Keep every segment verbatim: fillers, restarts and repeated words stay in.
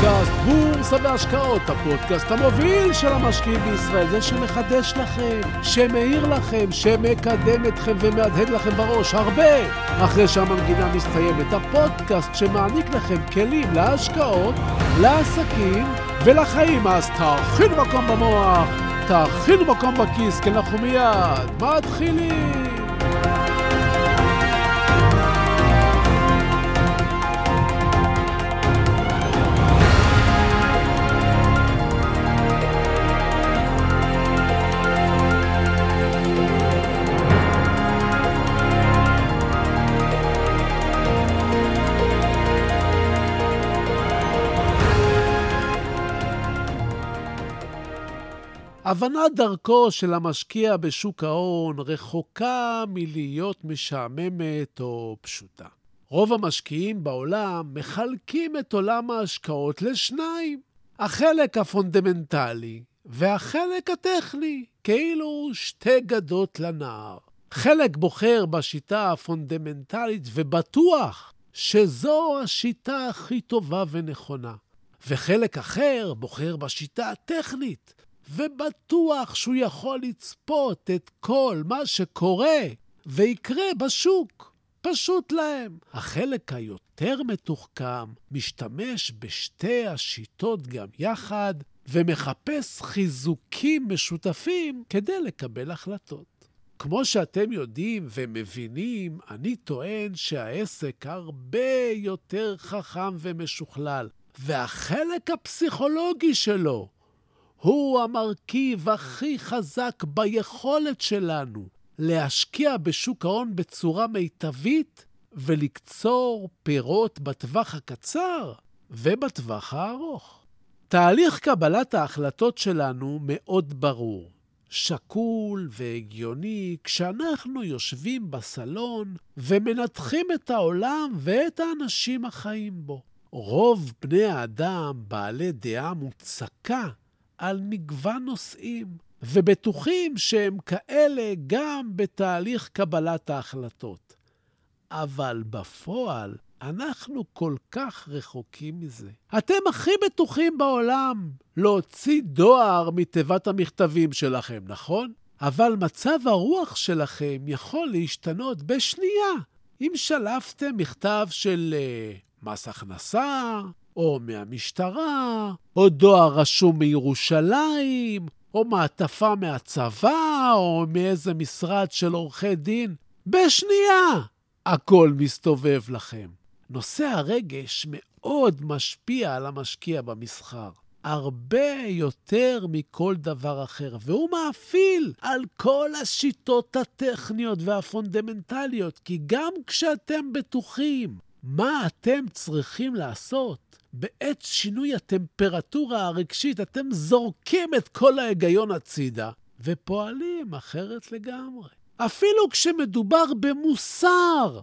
פודקאסט בורסה והשקעות, הפודקאסט המוביל של המשקיעים בישראל, זה שמחדש לכם, שמאיר לכם, שמקדם אתכם ומהדהד לכם בראש הרבה אחרי שהמנגינה מסתיימת. הפודקאסט שמעניק לכם כלים להשקעות, לעסקים ולחיים. אז תאכינו מקום במוח, תאכינו מקום בכיס, כי אנחנו מיד מתחילים. הבנת דרכו של המשקיע בשוק ההון רחוקה מלהיות משעממת או פשוטה. רוב המשקיעים בעולם מחלקים את עולם ההשקעות לשניים, החלק הפונדמנטלי והחלק הטכני, כאילו שתי גדות לנהר. חלק בוחר בשיטה הפונדמנטלית ובטוח שזו השיטה הכי טובה ונכונה, וחלק אחר בוחר בשיטה הטכנית, ובטוח שהוא יכול לצפות את כל מה שקורה ויקרה בשוק. פשוט להם. החלק היותר מתוחכם משתמש בשתי השיטות גם יחד, ומחפש חיזוקים משותפים כדי לקבל החלטות. כמו שאתם יודעים ומבינים, אני טוען שהעסק הרבה יותר חכם ומשוכלל, והחלק הפסיכולוגי שלו הוא המרכיב הכי חזק ביכולת שלנו להשקיע בשוק ההון בצורה מיטבית ולקצור פירות בטווח הקצר ובטווח הארוך. תהליך קבלת ההחלטות שלנו מאוד ברור, שקול והגיוני כשאנחנו יושבים בסלון ומנתחים את העולם ואת האנשים החיים בו. רוב בני האדם בעלי דעה מוצקה על מגוון נושאים, ובטוחים שהם כאלה גם בתהליך קבלת ההחלטות. אבל בפועל אנחנו כל כך רחוקים מזה. אתם הכי בטוחים בעולם להוציא דואר מתיבת המכתבים שלכם, נכון? אבל מצב הרוח שלכם יכול להשתנות בשנייה. אם שלפתם מכתב של uh, מס הכנסה, או מהמשטרה, או דואר רשום מירושלים, או מעטפה מהצבא, או מאיזה משרד של עורכי דין, בשנייה הכל מסתובב לכם. נושא הרגש מאוד משפיע על המשקיע במסחר, הרבה יותר מכל דבר אחר, והוא מאפיל על כל השיטות הטכניות והפונדמנטליות, כי גם כשאתם בטוחים מה אתם צריכים לעשות, בעת שינוי הטמפרטורה הרגשית, אתם זורקים את כל ההיגיון הצידה, ופועלים אחרת לגמרי. אפילו כשמדובר במוסר,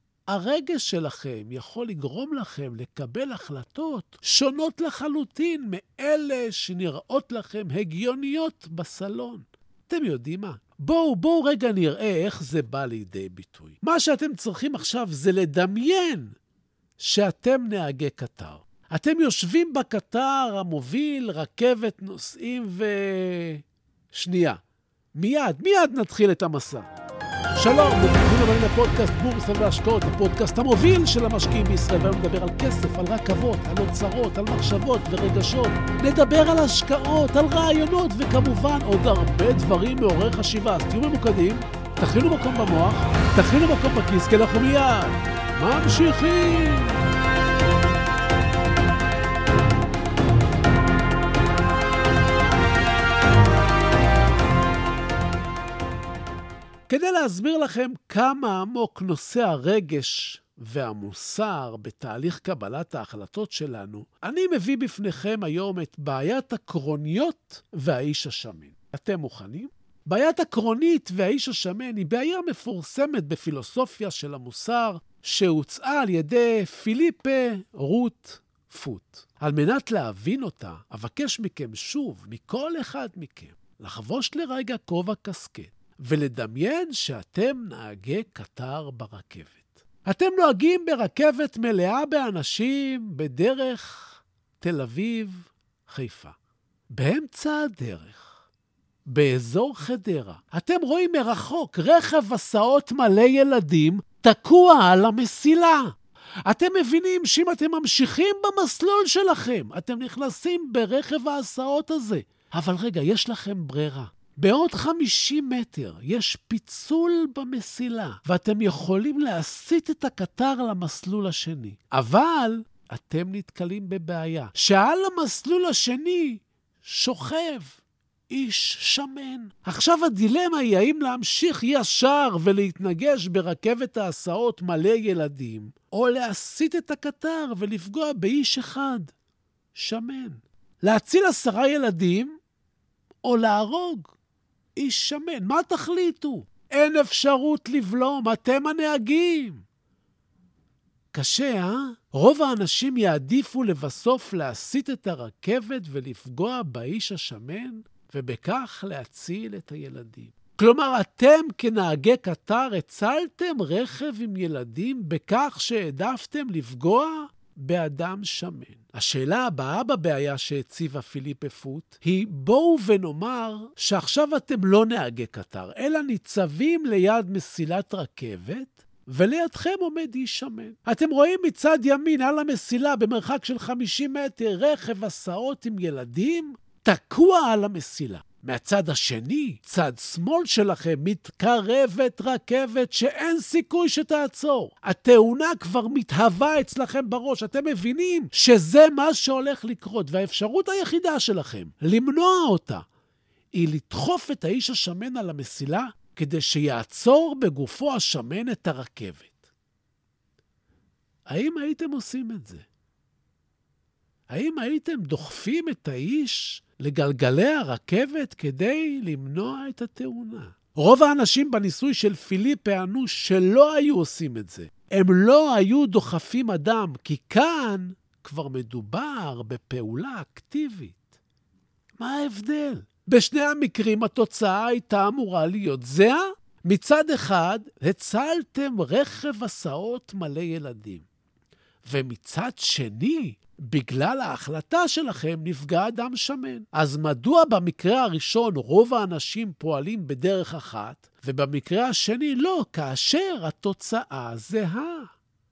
הרגש שלכם יכול לגרום לכם לקבל החלטות שונות לחלוטין מאלה שנראות לכם הגיוניות בסלון. אתם יודעים מה? בואו, בואו רגע נראה איך זה בא לידי ביטוי. מה שאתם צריכים עכשיו זה לדמיין שאתם נהגי קטר. אתם יושבים בקטר המוביל, רכבת נוסעים ו... שנייה. מיד, מיד נתחיל את המסע. שלום, ברוכים הבאים לפודקאסט בורסה והשקעות, הפודקאסט המוביל של המשקיעים בישראל. והיום נדבר על כסף, על רכבות, על אוצרות, על מחשבות ורגשות. נדבר על השקעות, על רעיונות, וכמובן עוד הרבה דברים מעוררי חשיבה. אז תהיו ממוקדים, תכינו מקום במוח, תכינו מקום בכיס, כי אנחנו מיד ממשיכים. כדי להסביר לכם כמה עמוק נושא הרגש והמוסר בתהליך קבלת ההחלטות שלנו, אני מביא בפניכם היום את בעיית הקרוניות והאיש השמן. אתם מוכנים? בעיית הקרונית והאיש השמן היא בעיה מפורסמת בפילוסופיה של המוסר, שהוצעה על ידי פיליפה רוט פוט. על מנת להבין אותה, אבקש מכם שוב, מכל אחד מכם, לחבוש לרגע כובע קסקט, ולדמיין שאתם נהגי קטר ברכבת. אתם נוהגים ברכבת מלאה באנשים בדרך תל אביב, חיפה. באמצע הדרך, באזור חדרה, אתם רואים מרחוק רכב הסעות מלא ילדים תקוע על המסילה. אתם מבינים שאם אתם ממשיכים במסלול שלכם, אתם נכנסים ברכב ההסעות הזה. אבל רגע, יש לכם ברירה. בעוד חמישים מטר יש פיצול במסילה, ואתם יכולים להסיט את הקטר למסלול השני. אבל אתם נתקלים בבעיה, שעל המסלול השני שוכב איש שמן. עכשיו הדילמה היא האם להמשיך ישר ולהתנגש ברכבת ההסעות מלא ילדים, או להסיט את הקטר ולפגוע באיש אחד, שמן. להציל עשרה ילדים, או להרוג איש שמן. מה תחליטו? אין אפשרות לבלום, אתם הנהגים. קשה, אה? רוב האנשים יעדיפו לבסוף להסיט את הרכבת ולפגוע באיש השמן, ובכך להציל את הילדים. כלומר, אתם כנהגי קטר הצלתם רכב עם ילדים בכך שהעדפתם לפגוע באדם שמן. השאלה הבאה בבעיה שהציבה פיליפה פוט היא, בואו ונאמר שעכשיו אתם לא נהגי קטר, אלא ניצבים ליד מסילת רכבת, ולידכם עומד איש שמן. אתם רואים מצד ימין על המסילה במרחק של חמישים מטר רכב הסעות עם ילדים תקוע על המסילה. מהצד השני, צד שמאל שלכם, מתקרבת רכבת שאין סיכוי שתעצור. התאונה כבר מתהווה אצלכם בראש. אתם מבינים שזה מה שהולך לקרות, והאפשרות היחידה שלכם למנוע אותה היא לדחוף את האיש השמן על המסילה כדי שיעצור בגופו השמן את הרכבת. האם הייתם עושים את זה? האם הייתם דוחפים את האיש לגלגלי הרכבת כדי למנוע את התאונה? רוב האנשים בניסוי של פיליפה ענו שלא היו עושים את זה. הם לא היו דוחפים אדם, כי כאן כבר מדובר בפעולה אקטיבית. מה ההבדל? בשני המקרים התוצאה הייתה אמורה להיות זהה. מצד אחד, הצלתם רכב הסעות מלא ילדים. ומצד שני, בגלל ההחלטה שלכם נפגע אדם שמן. אז מדוע במקרה הראשון רוב האנשים פועלים בדרך אחת, ובמקרה השני לא, כאשר התוצאה זהה?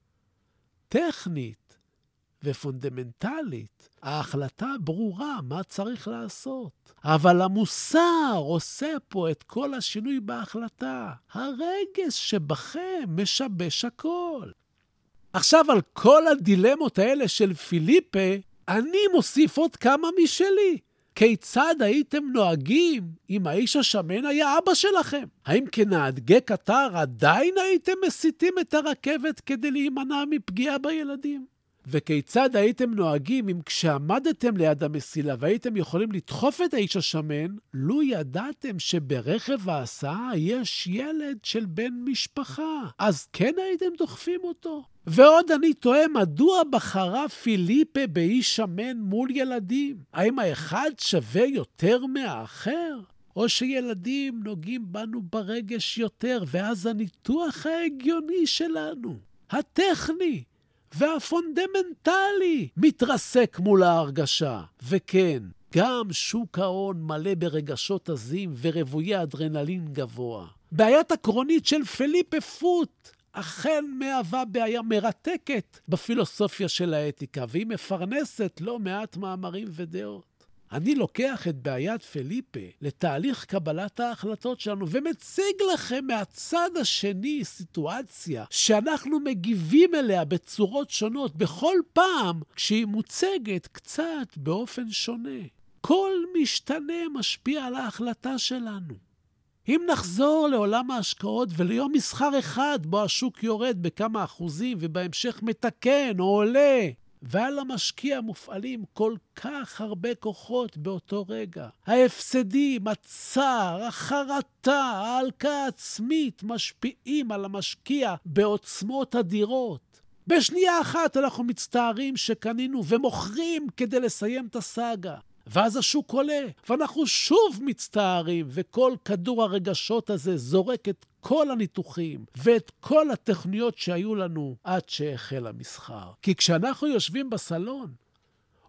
טכנית ופונדמנטלית, ההחלטה ברורה מה צריך לעשות. אבל המוסר עושה פה את כל השינוי בהחלטה. הרגש שבכם משבש הכל. עכשיו על כל הדילמות האלה של פיליפה, אני מוסיף עוד כמה משלי. כיצד הייתם נוהגים אם האיש השמן היה אבא שלכם? האם כנהגי קטר עדיין הייתם מסיטים את הרכבת כדי להימנע מפגיעה בילדים? וכיצד הייתם נוהגים אם כשעמדתם ליד המסילה והייתם יכולים לדחוף את האיש השמן, לו ידעתם שברכב ההסעה יש ילד של בן משפחה, אז כן הייתם דוחפים אותו? ועוד אני תוהה מדוע בחרה פיליפה באיש שמן מול ילדים? האם האחד שווה יותר מהאחר? או שילדים נוגעים בנו ברגש יותר, ואז הניתוח ההגיוני שלנו, הטכני והפונדמנטלי, מתרסק מול ההרגשה. וכן, גם שוק ההון מלא ברגשות עזים ורבויי אדרנלין גבוה. בעיית עקרונית של פיליפה פוט אכן מהווה בעיה מרתקת בפילוסופיה של האתיקה, והיא מפרנסת לא מעט מאמרים ודעות. אני לוקח את בעיית פיליפה לתהליך קבלת ההחלטות שלנו, ומציג לכם מהצד השני סיטואציה שאנחנו מגיבים אליה בצורות שונות בכל פעם כשהיא מוצגת קצת באופן שונה. כל משתנה משפיע על ההחלטה שלנו. אם נחזור לעולם ההשקעות וליום מסחר אחד בו השוק יורד בכמה אחוזים ובהמשך מתקן או עולה, ועל המשקיע מופעלים כל כך הרבה כוחות באותו רגע. ההפסדים, הצער, החרטה, ההלקה העצמית משפיעים על המשקיע בעוצמות אדירות. בשנייה אחת אנחנו מצטערים שקנינו ומוכרים כדי לסיים את הסאגה. ואז השוק עולה, ואנחנו שוב מצטערים, וכל כדור הרגשות הזה זורק את כל הניתוחים ואת כל הטכניות שהיו לנו עד שהחל המסחר. כי כשאנחנו יושבים בסלון,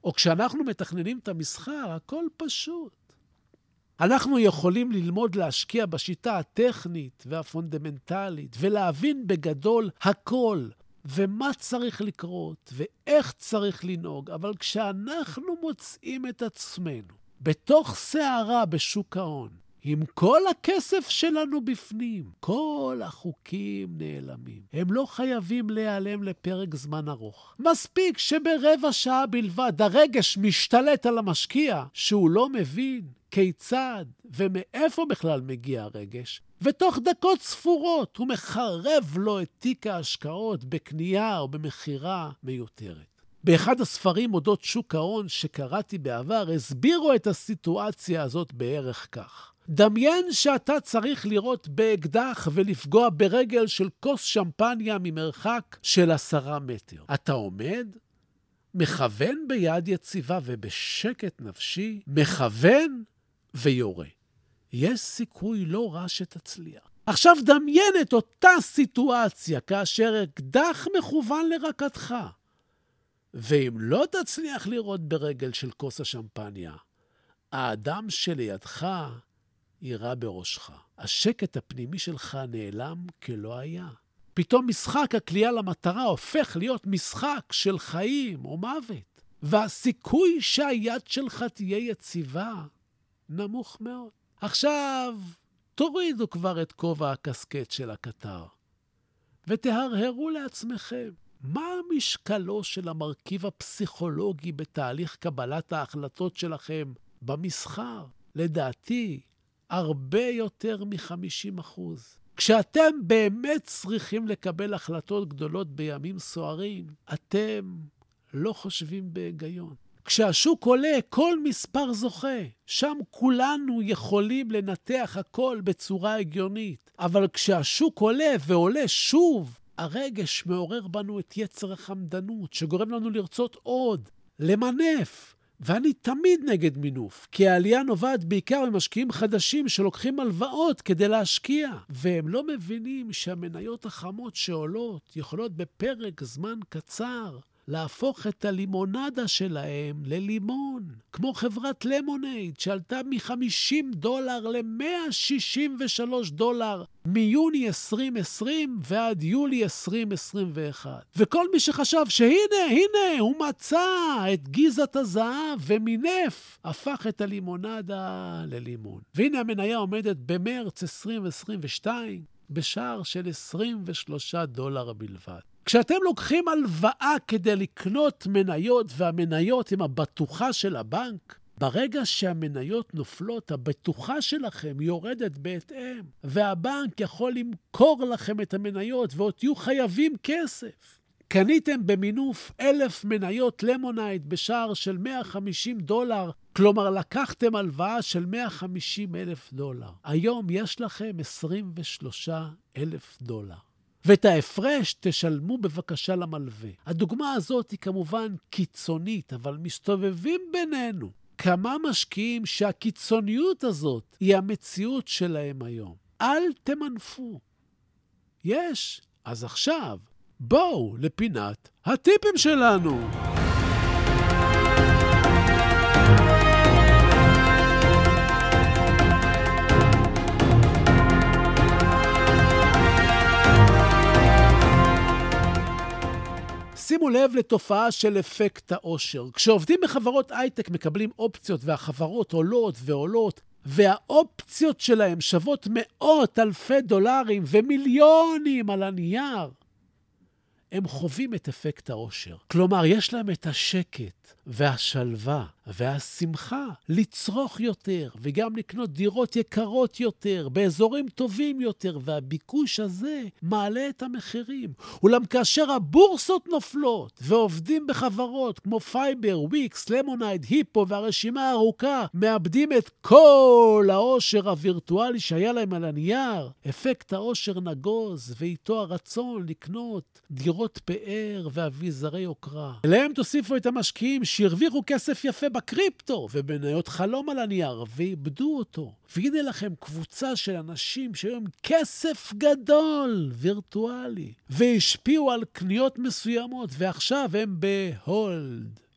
או כשאנחנו מתכננים את המסחר, הכל פשוט. אנחנו יכולים ללמוד להשקיע בשיטה הטכנית והפונדמנטלית, ולהבין בגדול הכל, ומה צריך לקרות, ואיך צריך לנהוג. אבל כשאנחנו מוצאים את עצמנו בתוך סערה בשוק ההון, עם כל הכסף שלנו בפנים, כל החוקים נעלמים. הם לא חייבים להיעלם לפרק זמן ארוך. מספיק שברבע שעה בלבד הרגש משתלט על המשקיע, שהוא לא מבין כיצד ומאיפה בכלל מגיע הרגש, ותוך דקות ספורות הוא מחרב לו את תיק ההשקעות בקנייה או במחירה מיותרת. באחד הספרים אודות שוק ההון שקראתי בעבר, הסבירו את הסיטואציה הזאת בערך כך. דמיין שאתה צריך לירות באקדח ולפגוע ברגל של כוס שמפניה ממרחק של עשרה מטר. אתה עומד, מכוון ביד יציבה ובשקט נפשי, מכוון ויורה. יש סיכוי לא רע שתצליח. עכשיו דמיין את אותה סיטואציה כאשר אקדח מכוון לרקתך. ואם לא תצליח לירות ברגל של כוס השמפניה, האדם שלידך יירה בראשך. השקט הפנימי שלך נעלם כלא היה. פתאום משחק הקליעה למטרה הופך להיות משחק של חיים או מוות. והסיכוי שהיד שלך תהיה יציבה נמוך מאוד. עכשיו תורידו כבר את כובע הקסקט של הקטר ותהרהרו לעצמכם. מה משקלו של המרכיב הפסיכולוגי בתהליך קבלת ההחלטות שלכם במסחר? לדעתי, הרבה יותר מ-חמישים אחוז. כשאתם באמת צריכים לקבל החלטות גדולות בימים סוערים, אתם לא חושבים בהיגיון. כשהשוק עולה, כל מספר זוכה. שם כולנו יכולים לנתח הכל בצורה הגיונית. אבל כשהשוק עולה ועולה שוב, הרגש מעורר בנו את יצר החמדנות, שגורם לנו לרצות עוד, למנף. ואני תמיד נגד מינוף, כי העלייה נובעת בעיקר ממשקיעים חדשים שלוקחים הלוואות כדי להשקיע, והם לא מבינים שהמניות החמות שעולות יכולות בפרק זמן קצר להפוך את הלימונדה שלהם ללימון, כמו חברת למונייד שעלתה מ-חמישים דולר ל-מאה שישים ושלושה דולר מיוני עשרים עשרים ועד יולי עשרים עשרים ואחת. וכל מי שחשב שהנה, הנה, הוא מצא את גיזת הזהב ומינף, הפך את הלימונדה ללימון. והנה המניה עומדת במרץ עשרים עשרים ושתיים בשער של עשרים ושלושה דולר בלבד. כשאתם לוקחים הלוואה כדי לקנות מניות, והמניות עם הבטוחה של הבנק, ברגע שהמניות נופלות, הבטוחה שלכם יורדת בהתאם, והבנק יכול למכור לכם את המניות, ועוד תהיו חייבים כסף. קניתם במינוף אלף מניות למונייד בשער של מאה וחמישים דולר, כלומר לקחתם הלוואה של מאה וחמישים אלף דולר. היום יש לכם עשרים ושלושה אלף דולר. ואת ההפרש תשלמו בבקשה למלווה. הדוגמה הזאת היא כמובן קיצונית, אבל מסתובבים בינינו כמה משקיעים שהקיצוניות הזאת היא המציאות שלהם היום. אל תמנפו. יש. אז עכשיו, בואו לפינת הטיפים שלנו. שימו לב לתופעה של אפקט העושר. כשעובדים בחברות הייטק מקבלים אופציות והחברות עולות ועולות, והאופציות שלהם שוות מאות אלפי דולרים ומיליונים על הנייר. הם חווים את אפקט העושר. כלומר, יש להם את השקט והשלווה והשמחה לצרוך יותר וגם לקנות דירות יקרות יותר באזורים טובים יותר, והביקוש הזה מעלה את המחירים. אולם כאשר הבורסות נופלות ועובדים בחברות כמו פייבר, וויקס, למונייד, היפו והרשימה הארוכה מאבדים את כל העושר הווירטואלי שהיה להם על הנייר, אפקט העושר נגוז ואיתו הרצון לקנות דירות פאר ואביזרי יוקרה. אליהם תוסיפו את המשקיעים שהרוויחו כסף יפה בקריפטו ובמניות חלום על הנייר ואיבדו אותו. והנה לכם קבוצה של אנשים שהיום כסף גדול וירטואלי והשפיעו על קניות מסוימות ועכשיו הם בהולד.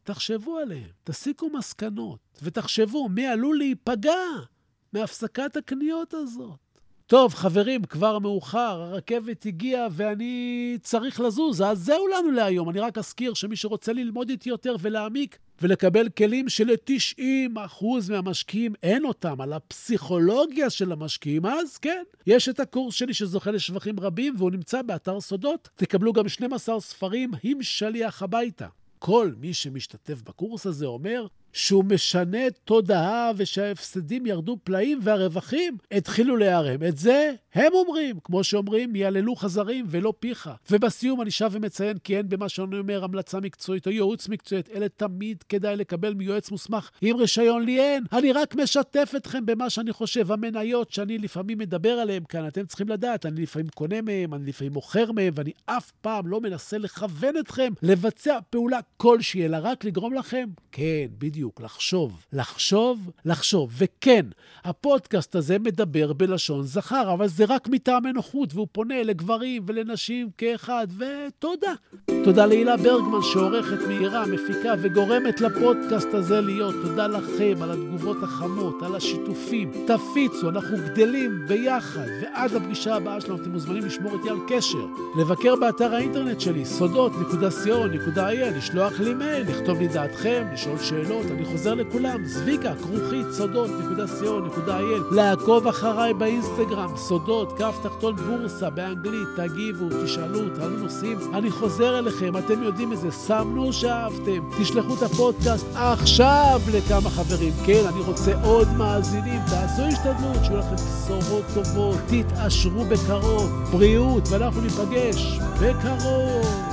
תחשבו עליהם, תסיקו מסקנות, ותחשבו מי עלול להיפגע מהפסקת הקניות הזאת. טוב, חברים, כבר מאוחר, הרכבת הגיעה ואני צריך לזוז, אז זהו לנו להיום. אני רק אזכיר שמי שרוצה ללמוד איתי יותר ולהעמיק ולקבל כלים של-תשעים אחוז מהמשקיעים אין אותם, על הפסיכולוגיה של המשקיעים, אז כן, יש את הקורס שלי שזוכה לשבחים רבים והוא נמצא באתר סודות. תקבלו גם שנים עשר ספרים עם שליח הביתה. כל מי שמשתתף בקורס הזה אומר שהוא משנה תודעה ושההפסדים ירדו פלאים והרווחים התחילו להיערם. את זה הם אומרים, כמו שאומרים, יעללו חזרים ולא פיך. ובסיום אני שב ומציין כי אין במה שאני אומר המלצה מקצועית או ייעוץ מקצועית, אלא תמיד כדאי לקבל מיועץ מוסמך עם רישיון. לי אין. אני רק משתף אתכם במה שאני חושב. המניות שאני לפעמים מדבר עליהם כאן, אתם צריכים לדעת, אני לפעמים קונה מהם, אני לפעמים מוכר מהם, ואני אף פעם לא מנסה לכוון אתכם לבצע פעולה כלשהי, אלא רק לגרום לכם, כן, בדיוק, לחשוב, לחשוב, לחשוב. וכן, הפודקאסט הזה מדבר בלשון זכר, אבל זה רק מטעם נוחות, והוא פונה לגברים ולנשים כאחד, ותודה. תודה להילה ברגמן שעורכת, מהירה, מפיקה וגורמת לפודקאסט הזה להיות. תודה לכם על התגובות החמות, על השיתופים. תפיצו, אנחנו גדלים ביחד, ועד הפגישה הבאה שלנו אתם מוזמנים לשמור איתי על קשר. לבקר באתר האינטרנט שלי, סודות נקודה סי או נקודה איי אל, לשלוח לי מייל, לכתוב לי דעתכם, לשאול שאלות. אני חוזר לכולם, זביקה, כרוכית, סודות נקודה סי או נקודה איי אל. לעקוב אחריי באינסטגרם, סודות, כף תחתון בורסה, באנגלית, תגיבו, תשאלו, תעלו נושאים. אני חוזר אליכם, אתם יודעים את זה, סמנו שאהבתם. תשלחו את הפודקאסט עכשיו לכמה חברים. כן, אני רוצה עוד מאזינים, תעשו השתדלות, שיהיו לכם בשורות טובות, תתעשרו בקרוב, בריאות, ואנחנו ניפגש בקרוב.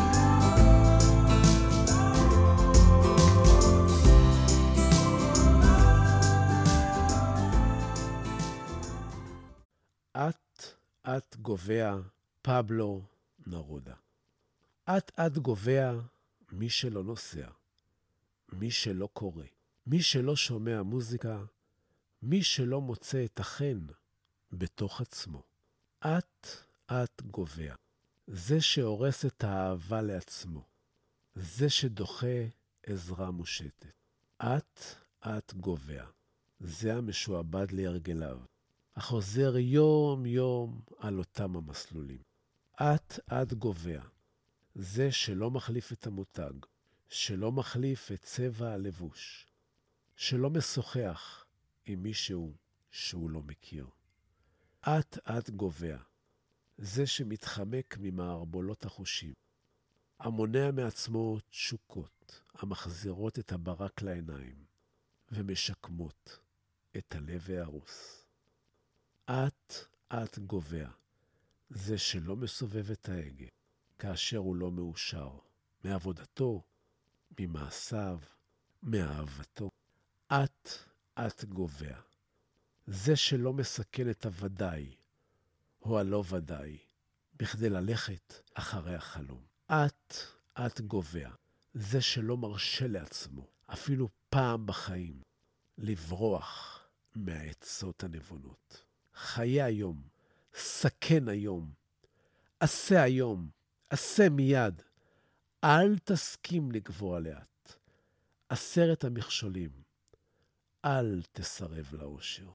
את, את גובע, פבלו נרודה. את, את גובע, מי שלא נוסע, מי שלא קורא, מי שלא שומע מוזיקה, מי שלא מוצא את החן בתוך עצמו. את, את גובע, זה שהורס את האהבה לעצמו, זה שדוחה עזרה מושטת. את, את גובע, זה המשועבד להרגליו, החוזר יום יום על אותם המסלולים. את, את גובע, זה שלא מחליף את המותג, שלא מחליף את צבע הלבוש, שלא משוחח עם מישהו שהוא לא מכיר. את, את גובע, זה שמתחמק ממערבולות החושים, המונע מעצמו תשוקות, המחזירות את הברק לעיניים, ומשקמות את הלב ההרוס. את, את גובע, זה שלא מסובב את ההגה, כאשר הוא לא מאושר, מעבודתו, ממעשיו, מאהבתו. את, את גובע, זה שלא מסכן את הוודאי, או הלא ודאי, בכדי ללכת אחרי החלום. את, את גובע, זה שלא מרשה לעצמו, אפילו פעם בחיים, לברוח מהעצות הנבונות. חיה היום, סכן היום, עשה היום, עשה מיד, אל תסכים לגבוה לאט. עשרת המכשולים, אל תסרב לאושר.